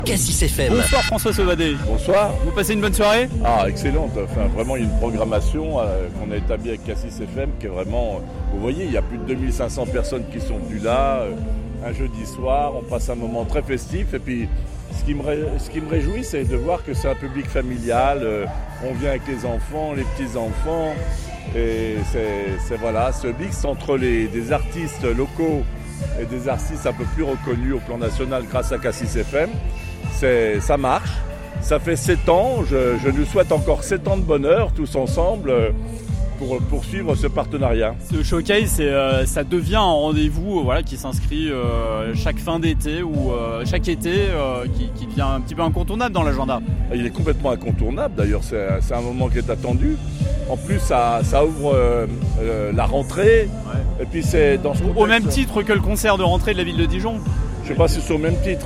Cassis FM. Bonsoir François Sauvadet. Bonsoir. Vous passez une bonne soirée ? Ah, excellente. Enfin, vraiment, il y a une programmation qu'on a établie avec Cassis FM qui est vraiment... Vous voyez, il y a plus de 2500 personnes qui sont venues là. Un jeudi soir, on passe un moment très festif. Et puis, ce qui me réjouit, c'est de voir que c'est un public familial. On vient avec les enfants, les petits-enfants. Et c'est voilà, ce mix entre des artistes locaux et des artistes un peu plus reconnus au plan national grâce à Cassis FM. Ça marche, ça fait 7 ans, je nous souhaite encore 7 ans de bonheur tous ensemble pour poursuivre ce partenariat. Ce showcase, ça devient un rendez-vous qui s'inscrit chaque fin d'été ou chaque été, qui devient un petit peu incontournable dans l'agenda. Il est complètement incontournable d'ailleurs, c'est un moment qui est attendu. En plus, ça ouvre la rentrée. Ouais. Et puis c'est dans ce au même titre que le concert de rentrée de la ville de Dijon. Je ne sais pas si c'est au même titre,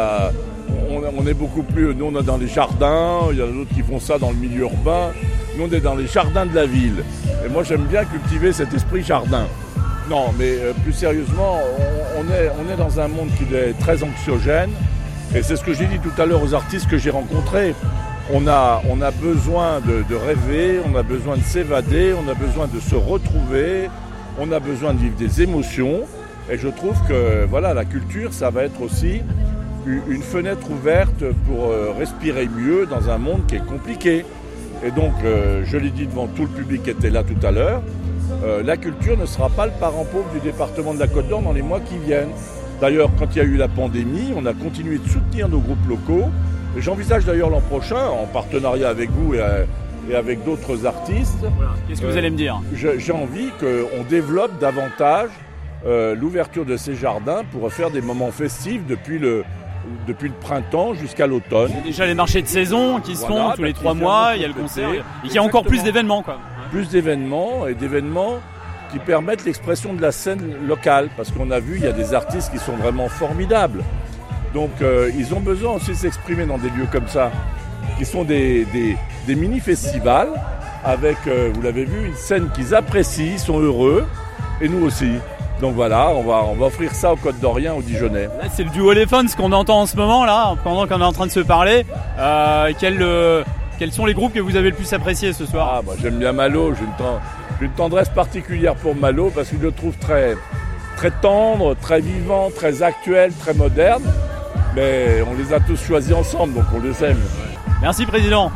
on est beaucoup plus... Nous, on est dans les jardins, il y en a d'autres qui font ça dans le milieu urbain. Nous, on est dans les jardins de la ville. Et moi, j'aime bien cultiver cet esprit jardin. Non, mais plus sérieusement, on est dans un monde qui est très anxiogène. Et c'est ce que j'ai dit tout à l'heure aux artistes que j'ai rencontrés. On a besoin de rêver, on a besoin de s'évader, on a besoin de se retrouver, on a besoin de vivre des émotions. Et je trouve que la culture, ça va être aussi une fenêtre ouverte pour respirer mieux dans un monde qui est compliqué. Et donc, je l'ai dit devant tout le public qui était là tout à l'heure, la culture ne sera pas le parent pauvre du département de la Côte d'Or dans les mois qui viennent. D'ailleurs, quand il y a eu la pandémie, on a continué de soutenir nos groupes locaux. Et j'envisage d'ailleurs l'an prochain, en partenariat avec vous et avec d'autres artistes. Voilà. Qu'est-ce que vous allez me dire ? J'ai envie qu'on développe davantage l'ouverture de ces jardins pour faire des moments festifs depuis le printemps jusqu'à l'automne. Il y a déjà les marchés de saison qui se font tous les 3 mois, il y a le concert, et il y a encore plus d'événements. Plus d'événements et d'événements qui permettent l'expression de la scène locale, parce qu'on a vu, il y a des artistes qui sont vraiment formidables. Donc ils ont besoin aussi de s'exprimer dans des lieux comme ça, qui sont des mini-festivals, avec, vous l'avez vu, une scène qu'ils apprécient, ils sont heureux, et nous aussi. Donc voilà, on va offrir ça aux Côte-d'Oriens, aux Dijonnais. Là, c'est le duo Elephants qu'on entend en ce moment, là, pendant qu'on est en train de se parler. Quels sont les groupes que vous avez le plus appréciés ce soir ? Moi j'aime bien Malo, j'ai une tendresse particulière pour Malo, parce que je le trouve très, très tendre, très vivant, très actuel, très moderne. Mais on les a tous choisis ensemble, donc on les aime. Merci Président.